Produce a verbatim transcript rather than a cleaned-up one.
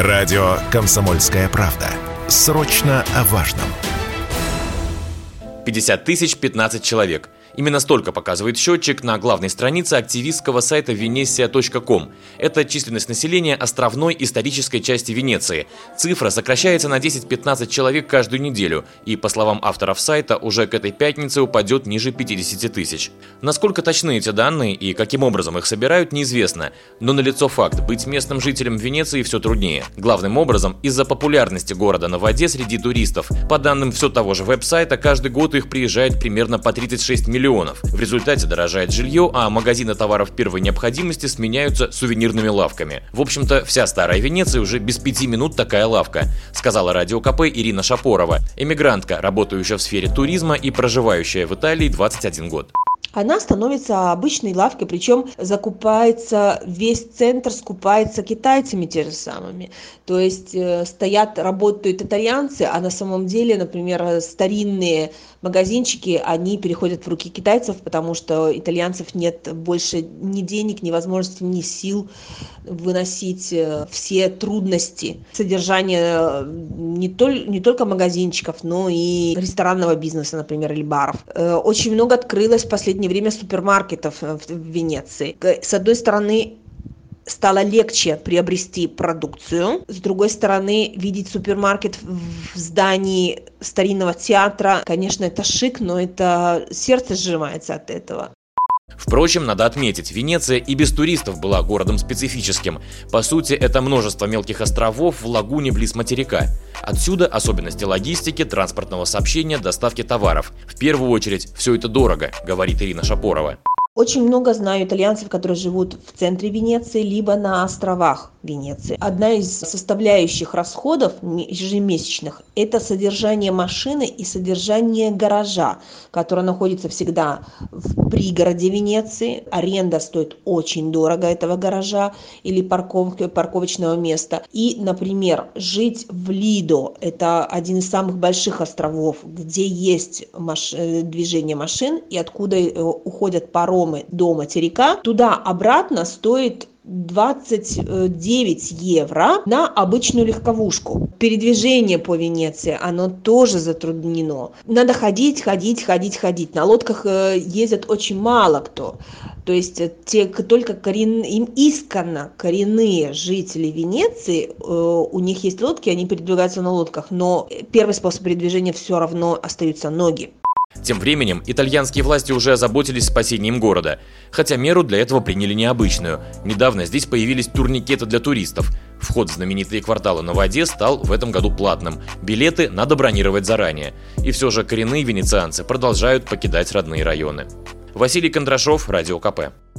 Радио «Комсомольская правда». Срочно о важном. пятьдесят тысяч пятнадцать человек. Именно столько показывает счетчик на главной странице активистского сайта венеция точка ком. Это численность населения островной исторической части Венеции. Цифра сокращается на десять-пятнадцать человек каждую неделю и, по словам авторов сайта, уже к этой пятнице упадет ниже пятидесяти тысяч. Насколько точны эти данные и каким образом их собирают, неизвестно. Но налицо факт: быть местным жителем Венеции все труднее. Главным образом из-за популярности города на воде среди туристов. По данным все того же веб-сайта, каждый год их приезжает примерно по тридцать шесть миллионов. В результате дорожает жилье, а магазины товаров первой необходимости сменяются сувенирными лавками. В общем-то, вся старая Венеция уже без пяти минут такая лавка, сказала Радио КП Ирина Шапорова, эмигрантка, работающая в сфере туризма и проживающая в Италии двадцать один год. Она становится обычной лавкой, причем закупается, весь центр скупается китайцами те же самыми. То есть э, стоят, работают итальянцы, а на самом деле, например, старинные магазинчики, они переходят в руки китайцев, потому что итальянцев нет больше ни денег, ни возможности, ни сил выносить э, все трудности содержания не, толь, не только магазинчиков, но и ресторанного бизнеса, например, или баров. Э, очень много открылось в последнее время супермаркетов в Венеции. С одной стороны, стало легче приобрести продукцию. С другой стороны, видеть супермаркет в здании старинного театра, конечно, это шик, но это сердце сжимается от этого. Впрочем, надо отметить, Венеция и без туристов была городом специфическим. По сути, это множество мелких островов в лагуне близ материка. Отсюда особенности логистики, транспортного сообщения, доставки товаров. В первую очередь, все это дорого, говорит Ирина Шапорова. Очень много знаю итальянцев, которые живут в центре Венеции, либо на островах Венеции. Одна из составляющих расходов ежемесячных – это содержание машины и содержание гаража, который находится всегда в пригороде Венеции. Аренда стоит очень дорого этого гаража или парковки, парковочного места. И, например, жить в Лидо – это один из самых больших островов, где есть маш... движение машин и откуда уходят паромы до материка. Туда-обратно стоит двадцать девять евро на обычную легковушку. Передвижение по Венеции, оно тоже затруднено. Надо ходить, ходить, ходить, ходить. На лодках ездят очень мало кто. То есть те, только корен... им исконно коренные жители Венеции, у них есть лодки, они передвигаются на лодках, но первый способ передвижения все равно остаются ноги. Тем временем итальянские власти уже озаботились спасением города, хотя меру для этого приняли необычную. Недавно здесь появились турникеты для туристов. Вход в знаменитые кварталы на воде стал в этом году платным. Билеты надо бронировать заранее. И все же коренные венецианцы продолжают покидать родные районы. Василий Кондрашов, Радио КП.